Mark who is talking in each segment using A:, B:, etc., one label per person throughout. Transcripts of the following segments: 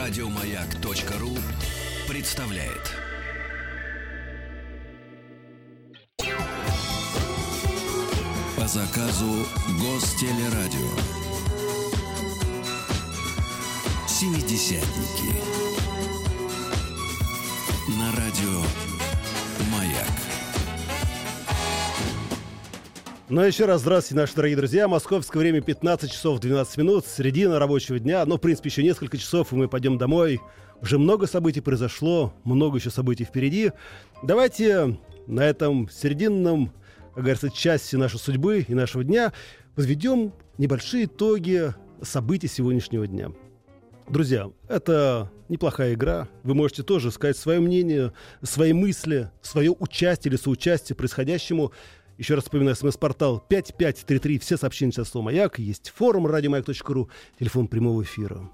A: Радиомаяк.ру представляет. По заказу Гостелерадио. Семидесятники. На радио Маяк.
B: Ну, еще раз здравствуйте, наши дорогие друзья. Московское время 15 часов 12 минут, середина рабочего дня. Но, в принципе, еще несколько часов, и мы пойдем домой. Уже много событий произошло, много еще событий впереди. Давайте на этом серединном, как говорится, части нашей судьбы и нашего дня подведем небольшие итоги событий сегодняшнего дня. Друзья, это неплохая игра. Вы можете тоже сказать свое мнение, свои мысли, свое участие или соучастие происходящему. Еще раз вспоминаю, СМС-портал 5533, все сообщения со словом «Маяк». Есть форум радиомаяк.ру, телефон прямого эфира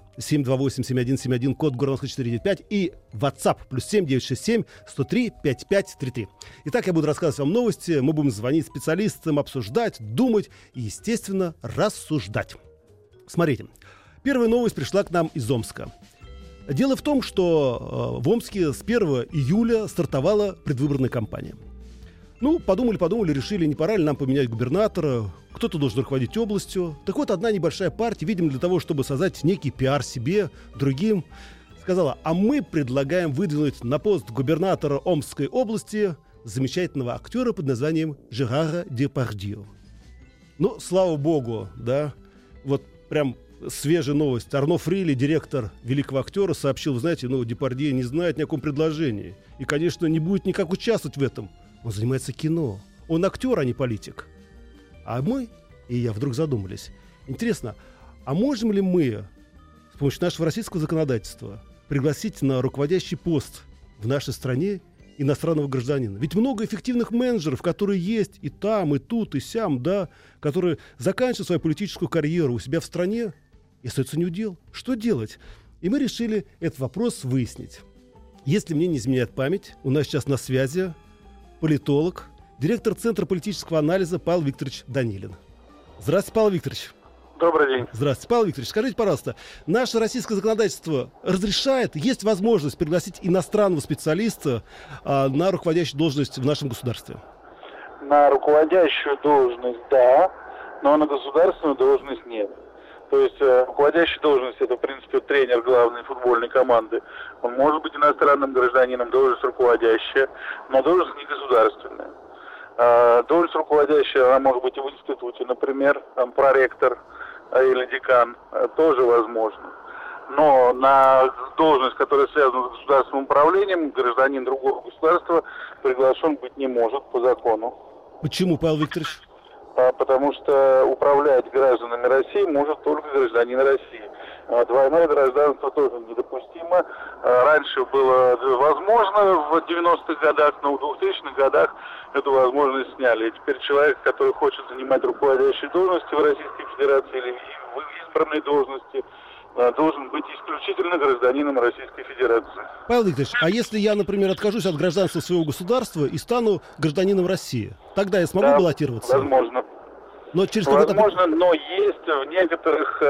B: 728-7171, код города Москвы 495 и WhatsApp +7 967 103 5533. Итак, я буду рассказывать вам новости, мы будем звонить специалистам, обсуждать, думать и, естественно, рассуждать. Смотрите, первая новость пришла к нам из Омска. Дело в том, что в Омске с 1 июля стартовала предвыборная кампания. Ну, подумали, решили, не пора ли нам поменять губернатора, кто-то должен руководить областью. Так вот, одна небольшая партия, видимо, для того, чтобы создать некий пиар себе, другим, сказала, а мы предлагаем выдвинуть на пост губернатора Омской области замечательного актера под названием Жерара Депардье. Ну, слава богу, да, вот прям свежая новость. Арно Фрили, директор великого актера, сообщил, вы знаете, Депардье не знает ни о каком предложении. И, конечно, не будет никак участвовать в этом. Он занимается кино. Он актер, а не политик. А мы, и я вдруг задумались. Интересно, а можем ли мы с помощью нашего российского законодательства пригласить на руководящий пост в нашей стране иностранного гражданина? Ведь много эффективных менеджеров, которые есть и там, и тут, и сям, да, которые заканчивают свою политическую карьеру у себя в стране и остаются неудел. Что делать? И мы решили этот вопрос выяснить. Если мне не изменяет память, у нас сейчас на связи политолог, директор Центра политического анализа Павел Викторович Данилин. Здравствуйте, Павел Викторович.
C: Добрый день.
B: Здравствуйте, Павел Викторович. Скажите, пожалуйста, наше российское законодательство разрешает, есть возможность пригласить иностранного специалиста на руководящую должность в нашем государстве?
C: На руководящую должность, да, но на государственную должность нет. То есть руководящая должность — это, в принципе, тренер главной футбольной команды. Он может быть иностранным гражданином, должность руководящая, но должность не государственная. Должность руководящая, она может быть и в институте, например, там проректор или декан, тоже возможно. Но на должность, которая связана с государственным управлением, гражданин другого государства приглашен быть не может по закону.
B: Почему, Павел Викторович?
C: Потому что управлять гражданами России может только гражданин России. Двойное гражданство тоже недопустимо. Раньше было возможно в 90-х годах, но в 2000-х годах эту возможность сняли. И теперь человек, который хочет занимать руководящие должности в Российской Федерации или в избранной должности, должен быть исключительно гражданином Российской Федерации.
B: Павел Викторович, а если я, например, откажусь от гражданства своего государства и стану гражданином России, тогда я смогу баллотироваться?
C: Возможно.
B: Но через
C: возможно, но есть в некоторых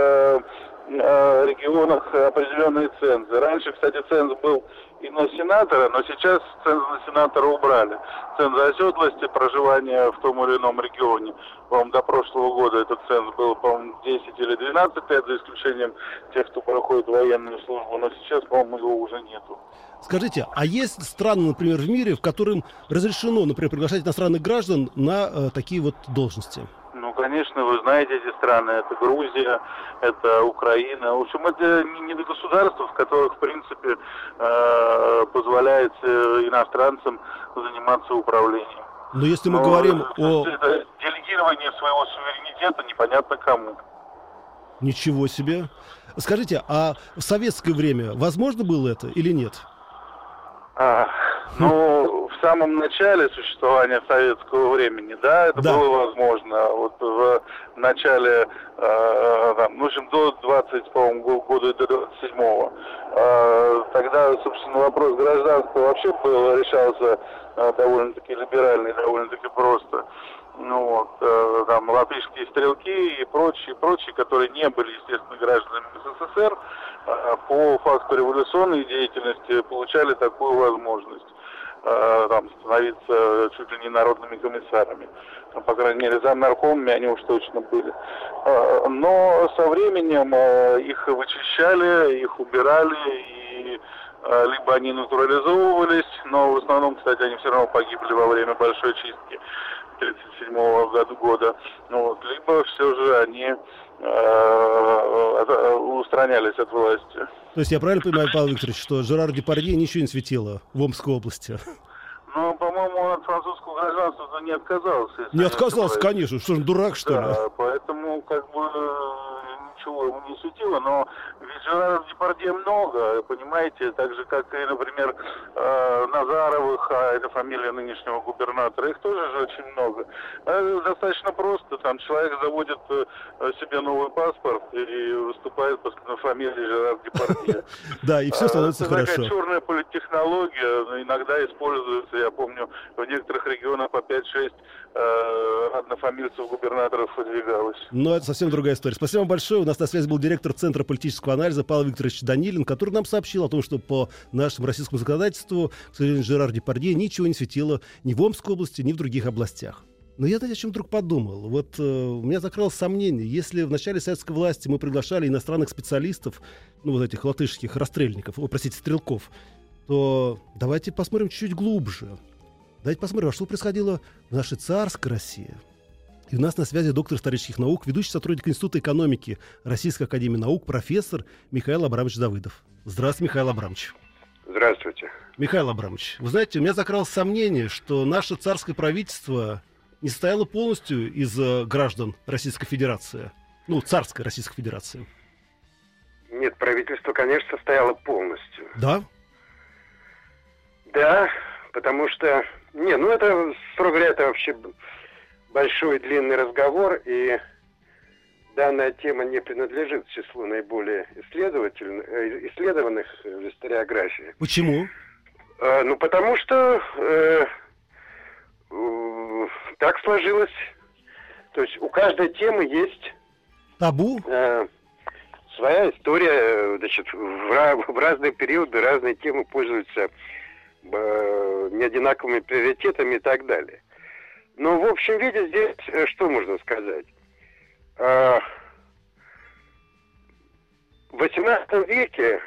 C: регионах определенные цензы. Раньше, кстати, ценз был и на сенатора, но сейчас ценз на сенатора убрали. Ценз оседлости, проживания в том или ином регионе. По-моему, до прошлого года этот ценз был, по-моему, 10 или 12 лет, за исключением тех, кто проходит военную службу. Но сейчас, по-моему, его уже нету.
B: Скажите, а есть страны, например, в мире, в которых разрешено, например, приглашать иностранных граждан на такие вот должности?
C: Ну, конечно, вы знаете эти страны. Это Грузия, это Украина. В общем, это не до государств, в которых, в принципе, позволяет иностранцам заниматься управлением.
B: Но если мы говорим о...
C: Это делегирование своего суверенитета непонятно кому.
B: Ничего себе. Скажите, а в советское время возможно было это или нет?
C: Ну, в самом начале существования советского времени, да, это было возможно. Вот в начале, в общем, до 20, по-моему, года, до 27-го. Тогда, собственно, вопрос гражданства вообще решался довольно-таки либерально и довольно-таки просто. Ну вот, там латышские стрелки и прочие, которые не были, естественно, гражданами СССР, по факту революционной деятельности получали такую возможность там становиться чуть ли не народными комиссарами. По крайней мере, замнаркомами они уж точно были. Но со временем их вычищали, их убирали, и либо они натурализовывались, но в основном, кстати, они все равно погибли во время большой чистки 1937 года. Вот, либо все же они устранялись от власти.
B: То есть я правильно понимаю, Павел Викторович, что Жерар Депардье ничего не светило в Омской области?
C: Ну, по-моему, он от французского гражданства не отказался.
B: Не отказался, конечно. Что же, дурак, что ли?
C: Да, поэтому, как бы, ничего ему не светило, но ведь Жерара Депардье много, понимаете, так же, как и, например, Назаровых, а это фамилия нынешнего губернатора, их тоже же очень много. Достаточно просто, там человек заводит себе новый паспорт и выступает под фамилией Жерар Депардье.
B: Да, и все становится хорошо.
C: Это такая черная политтехнология, иногда используется, я помню, в некоторых регионах по 5-6 однофамильцев губернаторов выдвигалось.
B: Но это совсем другая история. Спасибо вам большое. У нас на связи был директор Центра политического анализа Павел Викторович Данилин, который нам сообщил о том, что по нашему российскому законодательству, к сожалению, Жерар Депардье ничего не светило ни в Омской области, ни в других областях. Но я, знаете, о чем вдруг подумал? Вот у меня закралось сомнение, если в начале советской власти мы приглашали иностранных специалистов, ну вот этих латышских расстрельников, стрелков, то давайте посмотрим чуть-чуть глубже. Давайте посмотрим, что происходило в нашей царской России. И у нас на связи доктор исторических наук, ведущий сотрудник Института экономики Российской академии наук, профессор Михаил Абрамович Давыдов. Здравствуйте, Михаил Абрамович.
D: Здравствуйте.
B: Михаил Абрамович, вы знаете, у меня закралось сомнение, что наше царское правительство не состояло полностью из граждан Российской Федерации. Ну, царской Российской Федерации.
D: Нет, правительство, конечно, состояло полностью.
B: Да?
D: Да, потому что... Не, ну это, строго говоря, это вообще большой длинный разговор, и данная тема не принадлежит к числу наиболее исследованных в историографии.
B: Почему?
D: Ну, потому что так сложилось. То есть у каждой темы есть...
B: Табу?
D: Своя история. Значит, в разные периоды разные темы пользуются неодинаковыми приоритетами и так далее. Но в общем виде здесь что можно сказать? В XVIII веке,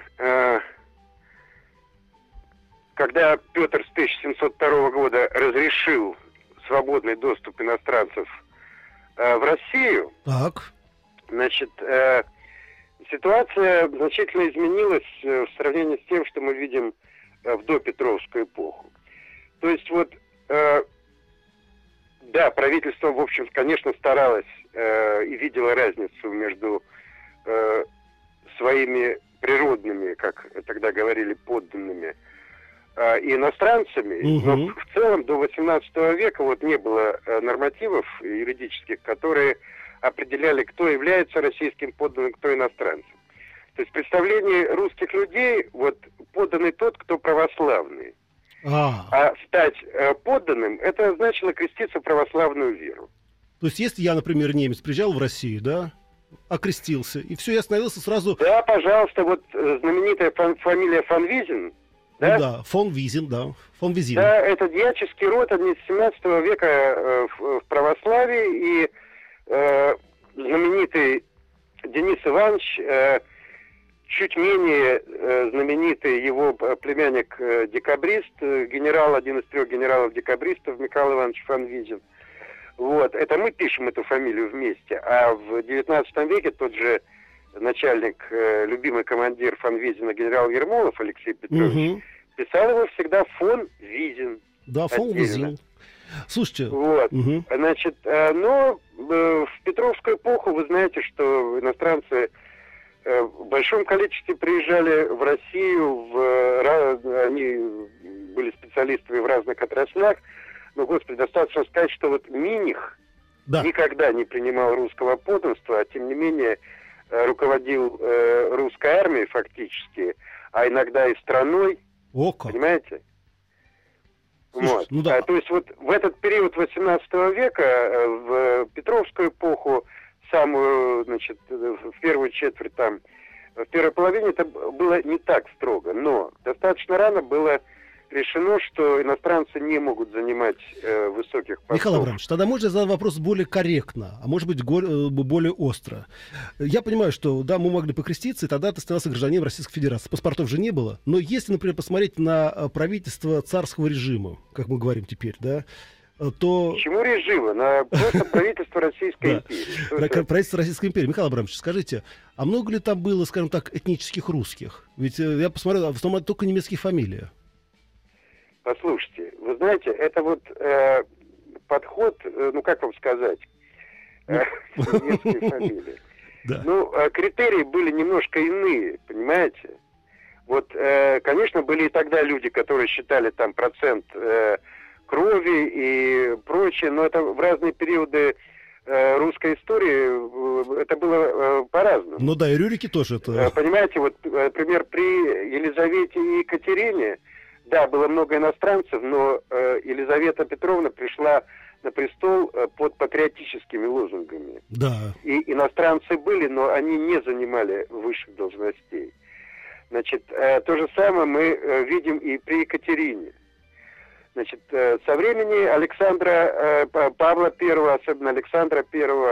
D: когда Петр с 1702 года разрешил свободный доступ иностранцев в Россию,
B: так,
D: значит, ситуация значительно изменилась в сравнении с тем, что мы видим в допетровскую эпоху. То есть вот, да, правительство, в общем, конечно, старалось и видело разницу между своими природными, как тогда говорили, подданными и иностранцами, но в целом до XVIII века вот не было нормативов юридических, которые определяли, кто является российским подданным, кто иностранцем. То есть в представлении русских людей вот подданный тот, кто православный. А стать подданным, это значило креститься в православную веру.
B: То есть если я, например, немец, приезжал в Россию, да, окрестился, и все, я становился сразу...
D: Да, пожалуйста, вот знаменитая фамилия фон Визин. Да?
B: Ну, да, фон Визин, да, фон Визин.
D: Да, это дьяческий род от 17 века в православии, и знаменитый Денис Иванович, чуть менее знаменитый его племянник декабрист, генерал, один из 3 генералов-декабристов, Михаил Иванович фон Визин. Вот, это мы пишем эту фамилию вместе, а в 19 веке тот же начальник, любимый командир фон Визина, генерал Ермолов Алексей Петрович, писал его всегда фон Визин.
B: Да, фон Визин. Слушайте.
D: Вот. Значит, но в Петровскую эпоху вы знаете, что иностранцы в большом количестве приезжали в Россию, они были специалистами в разных отраслях, но, господи, достаточно сказать, что вот Миних никогда не принимал русского подданства, а тем не менее руководил русской армией фактически, а иногда и страной, понимаете?
B: Слушай,
D: вот.
B: Ну да.
D: То есть вот в этот период XVIII века, в Петровскую эпоху, самую, значит, в первую четверть там В первой половине это было не так строго, но достаточно рано было решено, что иностранцы не могут занимать высоких постов.
B: Михаил Абрамович, тогда можно задать вопрос более корректно, а может быть более остро. Я понимаю, что да, мы могли покреститься, и тогда ты становился гражданином Российской Федерации. Паспортов же не было. Но если, например, посмотреть на правительство царского режима, как мы говорим теперь, да, то...
D: Почему режима? На просто правительство Российской империи.
B: На правительство Российской империи. Михаил Абрамович, скажите, а много ли там было, скажем так, этнических русских? Ведь я посмотрел, в основном только немецкие фамилии.
D: Послушайте, вы знаете, это вот подход, ну как вам сказать, немецкие фамилии. Ну, критерии были немножко иные, понимаете? Вот, конечно, были и тогда люди, которые считали там процент крови и прочее, но это в разные периоды русской истории это было по-разному.
B: Ну да, и Рюрики тоже это...
D: Понимаете, вот, например, при Елизавете и Екатерине, да, было много иностранцев, но Елизавета Петровна пришла на престол под патриотическими лозунгами.
B: Да.
D: И иностранцы были, но они не занимали высших должностей. Значит, то же самое мы видим и при Екатерине. Значит, со времени Александра, Павла I, особенно Александра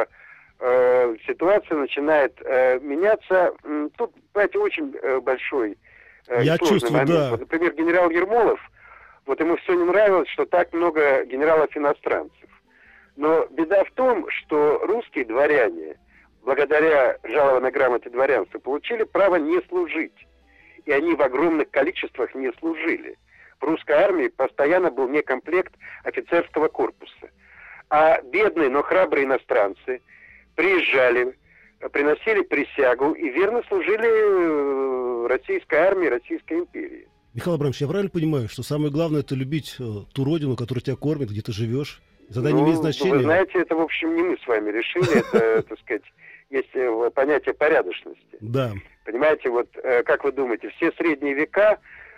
D: I, ситуация начинает меняться. Тут, понимаете, очень большой
B: я чувствую,
D: момент.
B: да.
D: Вот, например, генерал Ермолов, вот ему все не нравилось, что так много генералов-иностранцев. Но беда в том, что русские дворяне, благодаря жалованной грамоте дворянства, получили право не служить. И они в огромных количествах не служили. В русской армии постоянно был некомплект офицерского корпуса. А бедные, но храбрые иностранцы приезжали, приносили присягу и верно служили российской армии, Российской империи.
B: Михаил Абрамович, я правильно понимаю, что самое главное — это любить ту родину, которая тебя кормит, где ты живешь? Тогда не имеет значения.
D: Вы знаете, это, в общем, не мы с вами решили. Это, так сказать, есть понятие порядочности.
B: Да.
D: Понимаете, вот как вы думаете, все средние века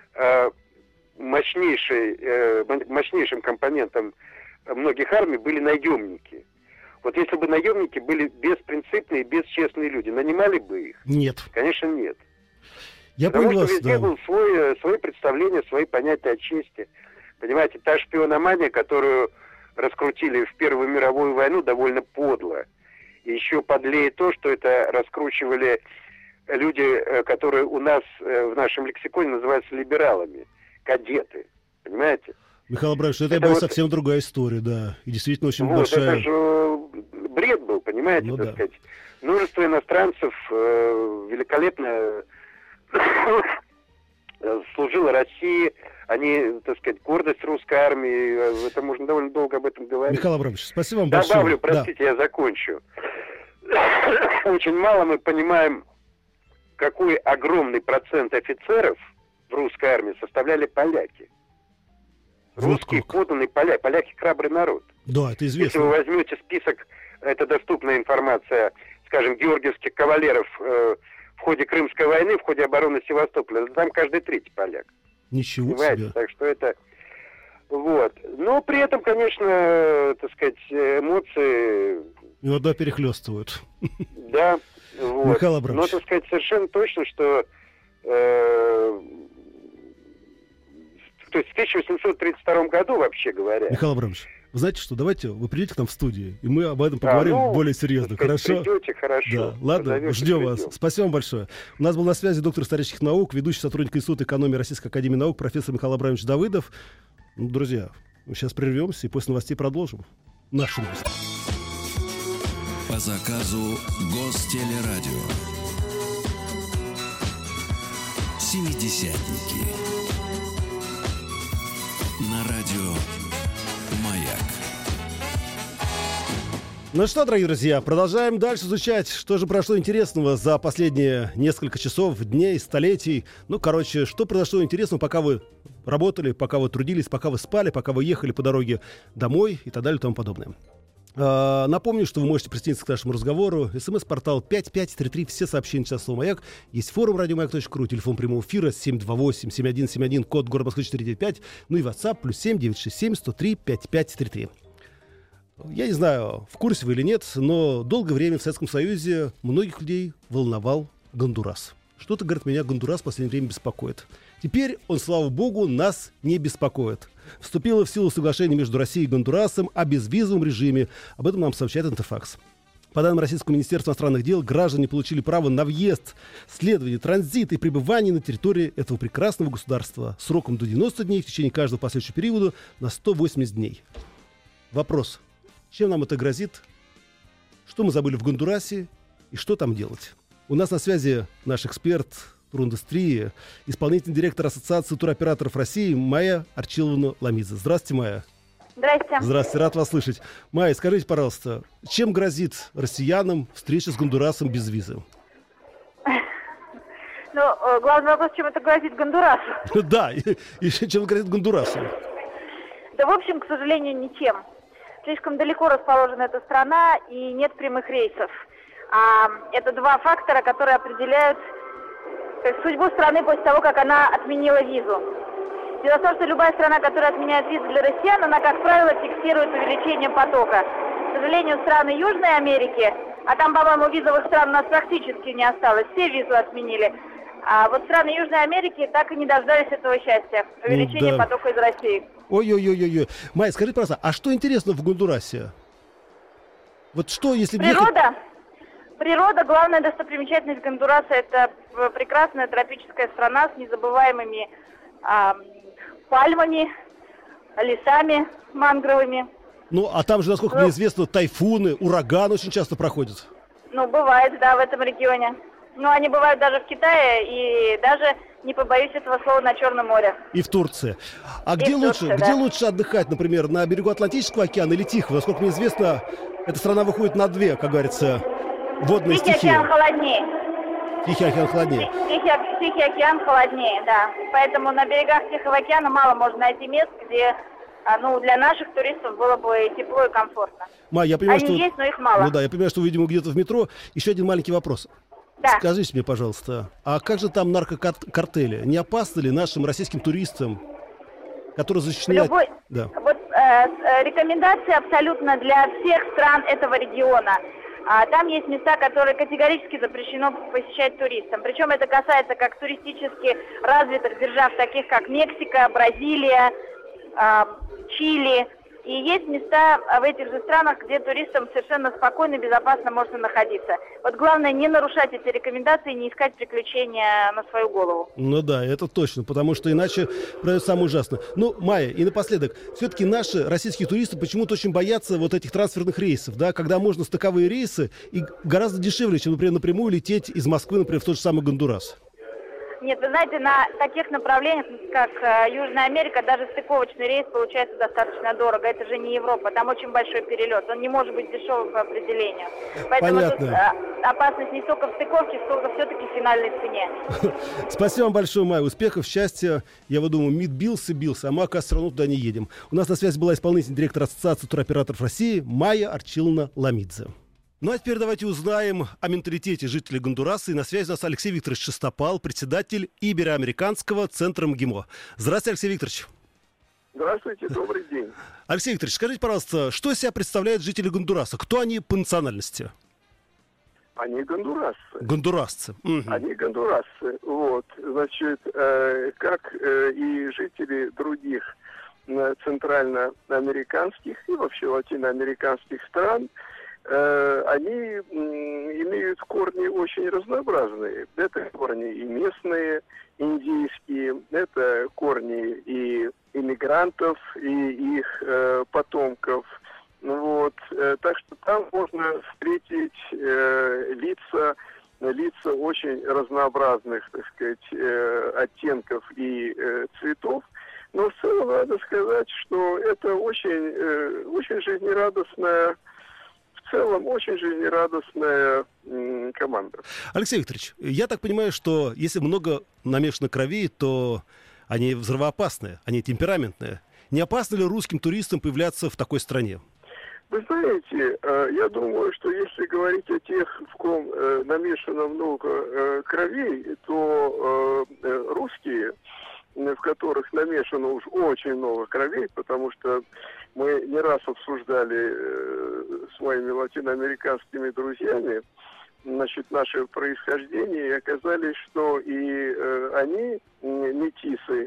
D: мощнейшим компонентом многих армий были наемники. Вот если бы наемники были беспринципные, бесчестные люди, нанимали бы их?
B: Нет.
D: Конечно, нет.
B: Я
D: Потому
B: понял
D: что
B: вас,
D: везде
B: да.
D: был свои представления, свои понятия о чести. Понимаете, та шпиономания, которую раскрутили в Первую мировую войну, довольно подло. И еще подлее то, что это раскручивали люди, которые у нас в нашем лексиконе называются либералами, кадеты. Понимаете?
B: Михаил Абрамович, это вот совсем другая история, да. И действительно очень
D: вот,
B: большая...
D: Это же бред был, понимаете,
B: ну,
D: так
B: да.
D: сказать. Множество иностранцев великолепно служило России. Они, так сказать, гордость русской армии. Это можно довольно долго об этом говорить.
B: Михаил Абрамович, спасибо вам большое.
D: Добавлю, простите, я закончу. Очень мало мы понимаем, какой огромный процент офицеров в русской армии составляли поляки. Русские подданные поляки. Поляки храбрый народ.
B: Да, это известно.
D: Если вы возьмете список, это доступная информация, скажем, георгиевских кавалеров в ходе Крымской войны, в ходе обороны Севастополя, там каждый третий поляк.
B: Ничего
D: понимаете?
B: себе.
D: Так что это... Вот. Но при этом, конечно, так сказать, эмоции...
B: Иногда перехлестывают.
D: Да. Вот.
B: Михаил Абрамович.
D: Но, так сказать, совершенно точно, что... То есть в 1832 году, вообще говоря...
B: Михаил Абрамович, вы знаете что, давайте вы придете к нам в студию, и мы об этом поговорим более серьезно. Хорошо?
D: Придете, хорошо.
B: Да. Ладно, ждем вас. Спасибо вам большое. У нас был на связи доктор исторических наук, ведущий сотрудник Института экономии Российской академии наук, профессор Михаил Абрамович Давыдов. Ну, друзья, мы сейчас прервемся и после новостей продолжим. Наши новости.
A: По заказу Гостелерадио. Семидесятники. На радио «Маяк».
B: Ну что, дорогие друзья, продолжаем дальше изучать, что же произошло интересного за последние несколько часов, дней, столетий. Ну, короче, что произошло интересного, пока вы работали, пока вы трудились, пока вы спали, пока вы ехали по дороге домой и так далее и тому подобное. Напомню, что вы можете присоединиться к нашему разговору. СМС-портал 5533, все сообщения сейчас слово «Маяк». Есть форум радиомаяк.ру, телефон прямого эфира 728-7171, код города Москвы 495, ну и WhatsApp +7 967 103 5533. Я не знаю, в курсе вы или нет, но долгое время в Советском Союзе многих людей волновал Гондурас. Что-то, говорит, меня Гондурас в последнее время беспокоит. Теперь он, слава богу, нас не беспокоит. Вступило в силу соглашение между Россией и Гондурасом о безвизовом режиме. Об этом нам сообщает Интерфакс. По данным Российского министерства иностранных дел, граждане получили право на въезд, следование, транзит и пребывание на территории этого прекрасного государства сроком до 90 дней в течение каждого последующего периода на 180 дней. Вопрос. Чем нам это грозит? Что мы забыли в Гондурасе и что там делать? У нас на связи наш эксперт туриндустрии, исполнительный директор Ассоциации туроператоров России Майя Арчиловна Ламидзе. Здравствуйте, Майя.
E: Здрасте.
B: Здравствуйте, рад вас слышать. Майя, скажите, пожалуйста, чем грозит россиянам встреча с Гондурасом без визы?
E: Ну, главный вопрос, чем это грозит Гондурасу?
B: Да, и чем грозит Гондурасу?
E: Да, в общем, к сожалению, ничем. Слишком далеко расположена эта страна и нет прямых рейсов. Это два фактора, которые определяют судьбу страны после того, как она отменила визу. Дело в том, что любая страна, которая отменяет визу для россиян, она, как правило, фиксирует увеличение потока. К сожалению, страны Южной Америки, а там, по-моему, визовых стран у нас практически не осталось, все визу отменили. А вот страны Южной Америки так и не дождались этого счастья, увеличения потока из России.
B: Ой-ой-ой-ой. Майя, скажи, пожалуйста, а что интересно в Гондурасе? Вот что, если...
E: Природа, главная достопримечательность Гондураса, это прекрасная тропическая страна с незабываемыми пальмами, лесами мангровыми.
B: Ну, а там же, насколько мне известно, тайфуны, ураганы очень часто проходят.
E: Ну, бывает, да, в этом регионе. Ну, они бывают даже в Китае и даже, не побоюсь этого слова, на Черном море.
B: И в Турции. А где лучше отдыхать, например, на берегу Атлантического океана или Тихого? Насколько мне известно, эта страна выходит на две, как говорится, водные стихии.
E: Тихий океан холоднее.
B: Тихий океан холоднее.
E: Тихий океан холоднее, да. Поэтому на берегах Тихого океана мало можно найти мест, где, для наших туристов было бы тепло и комфортно.
B: Майя, я понимаю,
E: Они есть, но их мало.
B: Ну да, я понимаю, что вы, видимо, где-то в метро. Еще один маленький вопрос.
E: Да.
B: Скажите мне, пожалуйста, а как же там наркокартели? Не опасно ли нашим российским туристам, которые защищены... Да.
E: Вот рекомендации абсолютно для всех стран этого региона. Там есть места, которые категорически запрещено посещать туристам. Причем это касается как туристически развитых держав, таких как Мексика, Бразилия, Чили. И есть места в этих же странах, где туристам совершенно спокойно и безопасно можно находиться. Вот главное не нарушать эти рекомендации, не искать приключения на свою голову.
B: Ну да, это точно, потому что иначе произойдет самое ужасное. Ну, Майя, и напоследок, все-таки наши российские туристы почему-то очень боятся вот этих трансферных рейсов, да, когда можно стыковые рейсы и гораздо дешевле, чем, например, напрямую лететь из Москвы, например, в тот же самый Гондурас.
E: Нет, вы знаете, на таких направлениях, как Южная Америка, даже стыковочный рейс получается достаточно дорого. Это же не Европа, там очень большой перелет. Он не может быть дешевым по определению. Поэтому
B: понятно.
E: Тут опасность не столько в стыковке, сколько все-таки в финальной цене.
B: Спасибо вам большое, Майя. Успехов, счастья. Я вот думаю, МИД бился, а мы, оказывается, все равно туда не едем. У нас на связи была исполнительный директор Ассоциации туроператоров России Майя Арчиловна Ламидзе. Ну а теперь давайте узнаем о менталитете жителей Гондураса. И на связи у нас Алексей Викторович Шестопал, председатель Ибероамериканского центра МГИМО. Здравствуйте, Алексей Викторович.
F: Здравствуйте, добрый день.
B: Алексей Викторович, скажите, пожалуйста, что из себя представляют жители Гондураса? Кто они по национальности?
F: Они гондурасцы.
B: Гондурасцы. Угу.
F: Они гондурасцы. Вот, значит, как и жители других центральноамериканских и вообще латиноамериканских стран, они имеют корни очень разнообразные. Это корни и местные, индийские, это корни и иммигрантов, и их потомков. Вот. Так что там можно встретить лица очень разнообразных, так сказать, оттенков и цветов. Но в целом надо сказать, что это очень жизнерадостная, очень жизнерадостная команда.
B: Алексей Викторович, я так понимаю, что если много намешано крови, то они взрывоопасные, они темпераментные. Не опасно ли русским туристам появляться в такой стране?
F: Вы знаете, я думаю, что если говорить о тех, в ком намешано много кровей, то русские, в которых намешано уж очень много кровей, потому что мы не раз обсуждали с моими латиноамериканскими друзьями значит, наше происхождение, и оказались, что и они метисы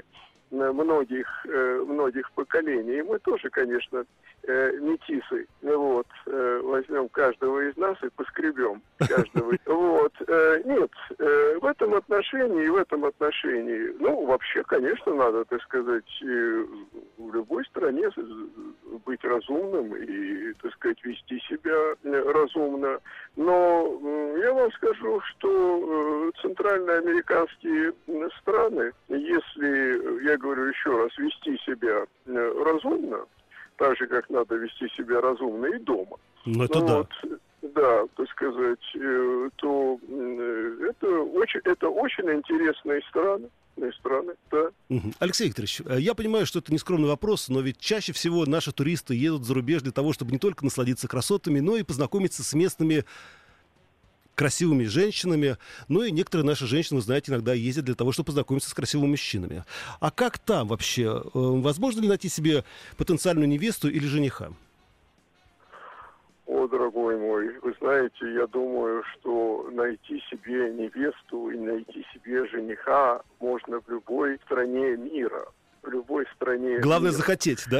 F: многих поколений. И мы тоже, конечно, метисы. Вот. Возьмем каждого из нас и поскребем каждого. Вот. Нет, в этом отношении, ну, вообще, конечно, надо, так сказать, в любой стране быть разумным и, так сказать, вести себя разумно. Но я вам скажу, что центральноамериканские страны, если, я говорю еще раз, вести себя разумно, так же, как надо вести себя разумно и дома.
B: Ну, это да.
F: Вот, да, так сказать, то это очень интересные страны. Да.
B: Алексей Викторович, я понимаю, что это нескромный вопрос, но ведь чаще всего наши туристы едут за рубеж для того, чтобы не только насладиться красотами, но и познакомиться с местными красивыми женщинами. Ну и некоторые наши женщины, вы знаете, иногда ездят для того, чтобы познакомиться с красивыми мужчинами. А как там вообще? Возможно ли найти себе потенциальную невесту или жениха?
F: О, дорогой мой, вы знаете, я думаю, что найти себе невесту и найти себе жениха можно в любой стране мира. В любой стране.
B: Главное
F: мира.
B: Захотеть, да?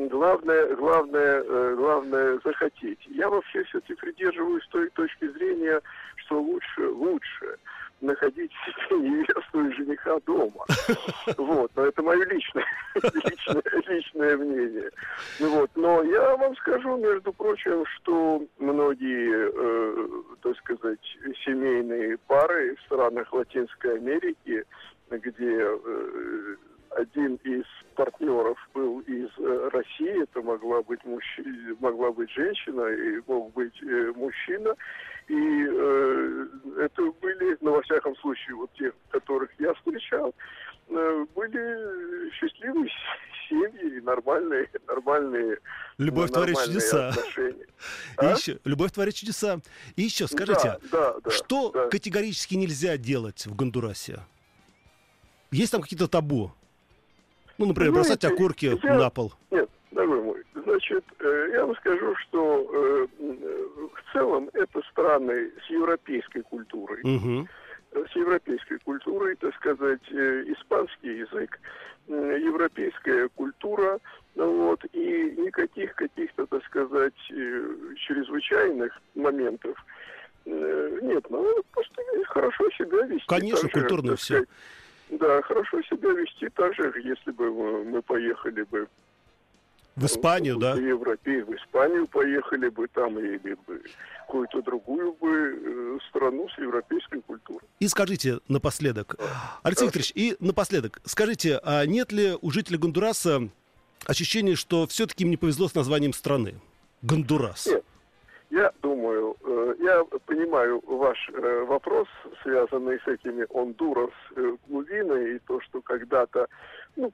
F: Главное захотеть. Я вообще все-таки придерживаюсь той точки зрения, что лучше находить себе невесту и жениха дома. Вот, но это мое личное мнение. Вот, но я вам скажу, между прочим, что многие, так сказать, семейные пары в странах Латинской Америки, где один из партнеров был из России, это могла быть женщина и мог быть мужчина. И это были, ну, во всяком случае, вот те, которых я встречал, были счастливые семьи и нормальные
B: Любовь творит чудеса.
F: Отношения.
B: Любовь творит чудеса. И еще скажите, что
F: да.
B: категорически нельзя делать в Гондурасе? Есть там какие-то табу? Ну, например, бросать окурки на пол.
F: Нет, дорогой мой, значит, я вам скажу, что в целом это страны с европейской культурой. С европейской культурой, так сказать, испанский язык, европейская культура, вот, и никаких каких-то, так сказать, чрезвычайных моментов нет. Ну, просто хорошо себя вести.
B: Конечно, культурно все.
F: Да, хорошо себя вести так же, если бы мы поехали бы
B: в Испанию, да?
F: В Европе, в Испанию поехали бы там, или бы какую-то другую бы страну с европейской культурой.
B: И скажите напоследок, Алексей Викторович, и напоследок, скажите, а нет ли у жителей Гондураса ощущения, что все-таки им не повезло с названием страны? Гондурас.
F: Нет. Я думаю, я понимаю ваш вопрос, связанный с этими Хондурас глубиной, и то, что когда-то, ну,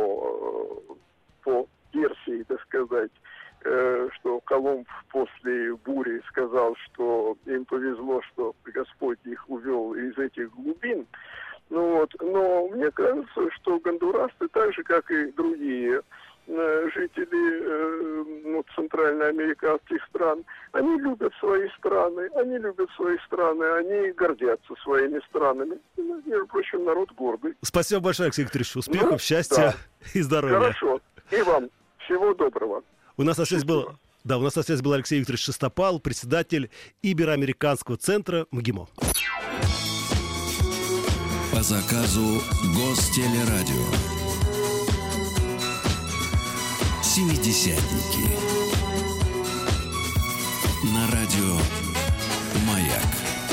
F: по версии, так сказать, что Колумб после бури сказал, что им повезло, что Господь их увел из этих глубин. Ну, вот. Но мне кажется, что гондурасцы, так же, как и другие жители центральноамериканских стран, они любят свои страны, они гордятся своими странами. И, между прочим, народ гордый.
B: Спасибо большое, Алексей Викторович. Успехов, счастья и здоровья.
F: Хорошо. И вам всего доброго.
B: У нас на связи был Алексей Викторович Шестопал, председатель Ибероамериканского центра МГИМО.
A: По заказу Гостелерадио. «Семидесятники» на радио «Маяк».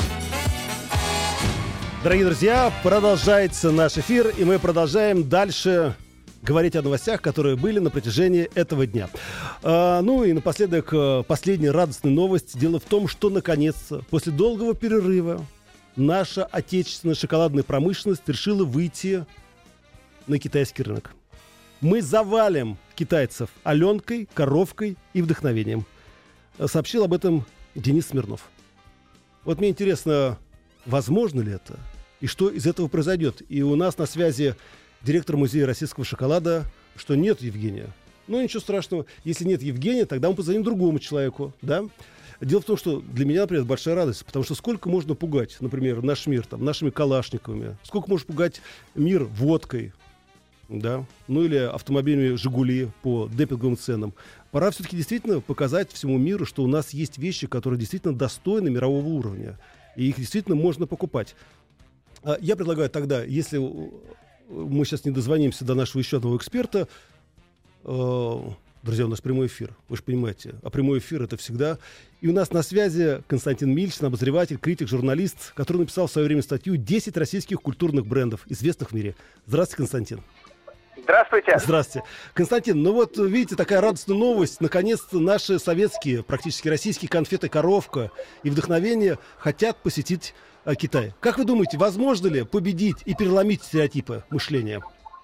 B: Дорогие друзья, продолжается наш эфир, и мы продолжаем дальше говорить о новостях, которые были на протяжении этого дня. Ну и напоследок последняя радостная новость. Дело в том, что наконец-то, после долгого перерыва, наша отечественная шоколадная промышленность решила выйти на китайский рынок. Мы завалим китайцев Аленкой, коровкой и вдохновением. Сообщил об этом Денис Смирнов. Вот мне интересно, возможно ли это? И что из этого произойдет? И у нас на связи директор музея российского шоколада. Что нет Евгения? Ну, ничего страшного. Если нет Евгения, тогда мы позвоним другому человеку. Да? Дело в том, что для меня, например, большая радость, потому что сколько можно пугать, например, наш мир там, нашими калашниковыми, сколько можно пугать мир водкой, да, ну или автомобилями «Жигули» по демпинговым ценам. Пора все-таки действительно показать всему миру, что у нас есть вещи, которые действительно достойны мирового уровня, и их действительно можно покупать. Я предлагаю тогда, если мы сейчас не дозвонимся до нашего еще одного эксперта, друзья, у нас прямой эфир, вы же понимаете, а прямой эфир — это всегда. И у нас на связи Константин Мильчин, обозреватель, критик, журналист, который написал в свое время статью «10 российских культурных брендов, известных в мире». Здравствуйте, Константин.
G: Здравствуйте.
B: Здравствуйте. Константин, ну вот видите, такая радостная новость. Наконец-то наши советские, практически российские конфеты «Коровка» и «Вдохновение» хотят посетить Китай. Как вы думаете, возможно ли победить и переломить стереотипы мышления?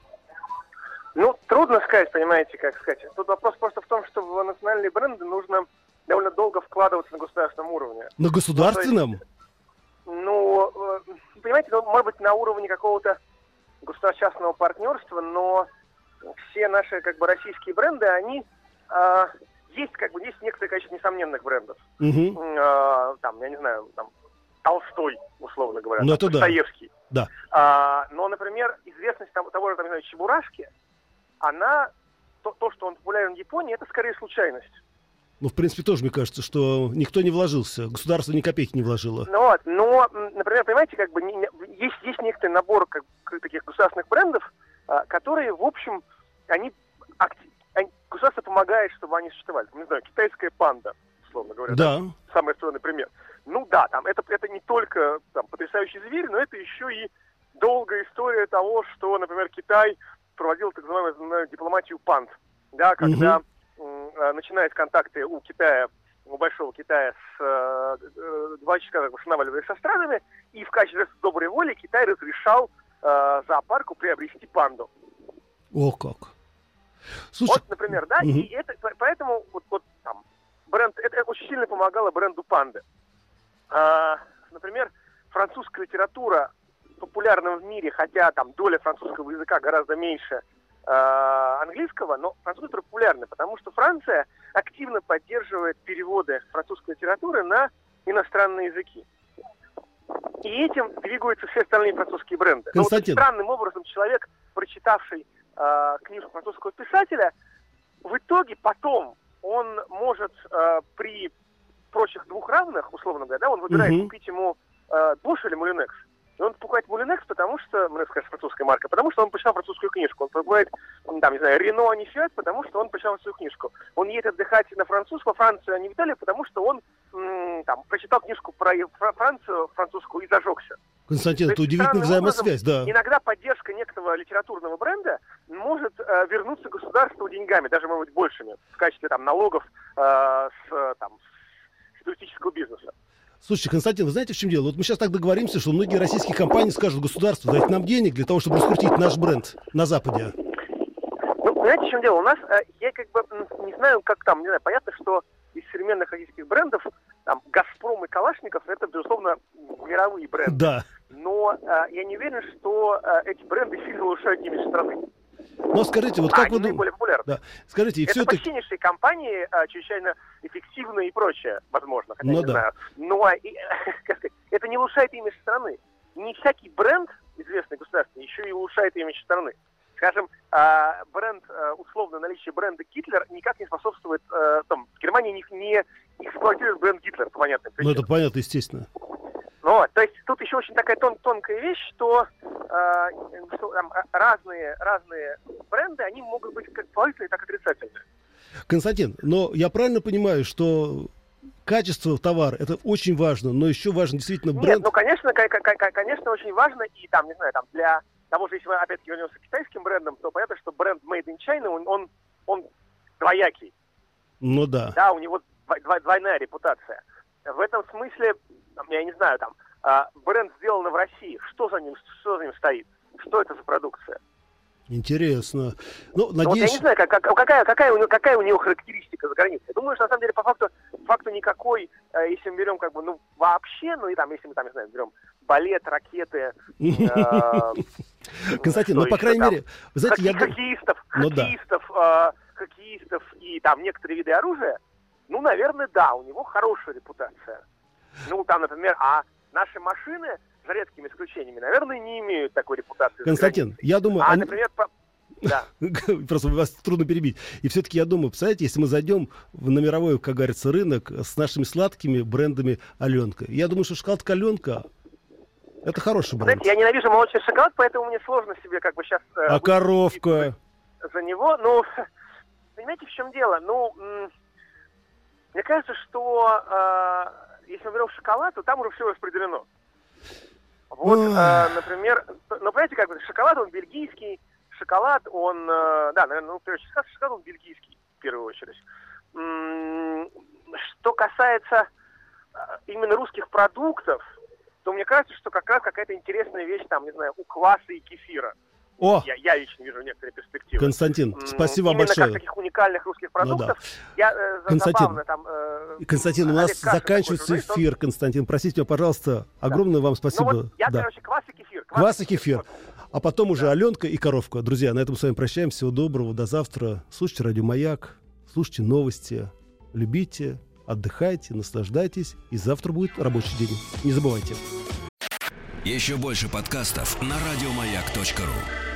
G: Ну, трудно сказать, понимаете, как сказать. Тут вопрос просто в том, что в национальные бренды нужно довольно долго вкладываться на государственном уровне.
B: На государственном?
G: Ну, понимаете, может быть, на уровне какого-то государственно-частного партнерства, но все наши как бы российские бренды, они есть некоторое количество несомненных брендов. Там, я не знаю, там Толстой, условно говоря,
B: ну,
G: там, Достоевский.
B: Да.
G: Но, например, известность того же, там, не знаю, Чебурашки, она, то, что он популярен в Японии, это скорее случайность.
B: Ну, в принципе, тоже, мне кажется, что никто не вложился, государство ни копейки не вложило.
G: Ну, вот, но, например, понимаете, как бы есть некоторый набор таких государственных брендов, которые, в общем, государство помогает, чтобы они существовали. Не знаю, китайская панда, условно говоря.
B: Да.
G: Самый основной пример. Ну да, там это не только там потрясающий зверь, но это еще и долгая история того, что, например, Китай проводил так называемую дипломатию панд. Да, когда начинают контакты у Большого Китая с со странами, и в качестве доброй воли Китай разрешал зоопарку приобрести панду.
B: О, как! Слушай,
G: вот, например, да, и это, поэтому вот там бренд, это очень сильно помогало бренду панды. Например, французская литература популярна в мире, хотя там доля французского языка гораздо меньше английского, но французская литература популярна, потому что Франция активно поддерживает переводы французской литературы на иностранные языки. И этим двигаются все остальные французские бренды.
B: Константин.
G: Но вот странным образом человек, прочитавший книжку французского писателя, в итоге потом он может при прочих двух равных, условно говоря, да, он выбирает купить ему Bosch или Moulinex. И он покупает Moulinex, потому что, Moulinex, конечно, французская марка, потому что он прочитал французскую книжку. Он покупает, там, не знаю, Renault, а не Fiat, потому что он прочитал французскую книжку. Он едет отдыхать на во Францию, а не в Италию, потому что он там прочитал книжку про Францию французскую и зажегся.
B: Константин, это удивительная взаимосвязь, да.
G: Иногда поддержка некоторого литературного бренда может вернуться государству деньгами, даже, может быть, большими, в качестве там налогов с туристического бизнеса.
B: Слушайте, Константин, вы знаете, в чем дело? Вот мы сейчас так договоримся, что многие российские компании скажут государству: дайте нам денег для того, чтобы раскрутить наш бренд на Западе.
G: Ну, знаете, в чем дело? У нас, я как бы не знаю, как там, не знаю, понятно, что из современных российских брендов, там, «Газпром» и «Калашников» — это, безусловно, мировые бренды.
B: Да.
G: Но я не уверен, что эти бренды сильно улучшают имидж страны.
B: Но скажите, вот как вы думаете...
G: более популярны.
B: Да. Скажите, и
G: это
B: все-таки...
G: почтеннейшие компании, чрезвычайно эффективные и прочее, возможно, хотя не
B: да.
G: знаю. Но как сказать, это не улучшает имидж страны. Не всякий бренд, известный государственный, еще и улучшает имидж страны. Скажем, бренд, условно, наличие бренда Гитлер никак не способствует, там, в Германии не эксплуатирует бренд Гитлер, по понятным причинам.
B: Ну, это понятно, естественно.
G: Ну, то есть тут еще очень такая тонкая вещь, что там, разные бренды, они могут быть как положительные, так и отрицательные.
B: Константин, но я правильно понимаю, что качество товара — это очень важно, но еще важен действительно бренд?
G: Нет, ну, конечно, очень важно, и там, не знаю, там для того же, если мы опять-таки вернемся к китайским брендам, то понятно, что бренд Made in China, он двоякий.
B: Ну да.
G: Да, у него двойная репутация. В этом смысле, я не знаю, там, бренд сделан в России, что за ним стоит? Что это за продукция?
B: Интересно. Ну, надеюсь...
G: Вот я не знаю, какая у него характеристика за границей. Я думаю, что на самом деле по факту никакой, если мы берем как бы, ну, вообще, ну и там, если мы там, не знаю, берем балет, ракеты...
B: Константин, ну, по крайней мере, вы знаете,
G: хоккеистов и там некоторые виды оружия, Ну, наверное, да, у него хорошая репутация. Ну, там, например, наши машины, за редкими исключениями, наверное, не имеют такой репутации.
B: Константин, я думаю...
G: например, да.
B: Просто вас трудно перебить. И все-таки я думаю, представляете, если мы зайдем на мировой, как говорится, рынок с нашими сладкими брендами Аленка. Я думаю, что шоколадка Аленка — это хороший бренд.
G: Знаете, я ненавижу молочный шоколад, поэтому мне сложно себе как бы сейчас...
B: А коровка?
G: За него, ну, понимаете, в чем дело? Ну, мне кажется, что если мы берем шоколад, то там уже все распределено. Вот, например, ну, понимаете, как бы шоколад, он бельгийский, шоколад, он, да, наверное, ну, в первую очередь, шоколад, он бельгийский, в первую очередь. Что касается именно русских продуктов, то мне кажется, что как раз какая-то интересная вещь, там, не знаю, у кваса и кефира.
B: О!
G: Я лично вижу некоторые перспективы.
B: Константин, спасибо
G: именно
B: большое.
G: Как таких уникальных русских продуктов.
B: Ну, да. Константин,
G: там,
B: Константин, у нас заканчивается эфир, Константин. Простите меня, пожалуйста. Огромное вам спасибо.
G: Ну, вот я, короче, квас и кефир.
B: Квас и кефир. А потом уже Аленка и коровка. Друзья, на этом с вами прощаемся. Всего доброго. До завтра. Слушайте радио «Маяк». Слушайте новости. Любите, отдыхайте, наслаждайтесь. И завтра будет рабочий день. Не забывайте.
A: Еще больше подкастов на радиомаяк.ру.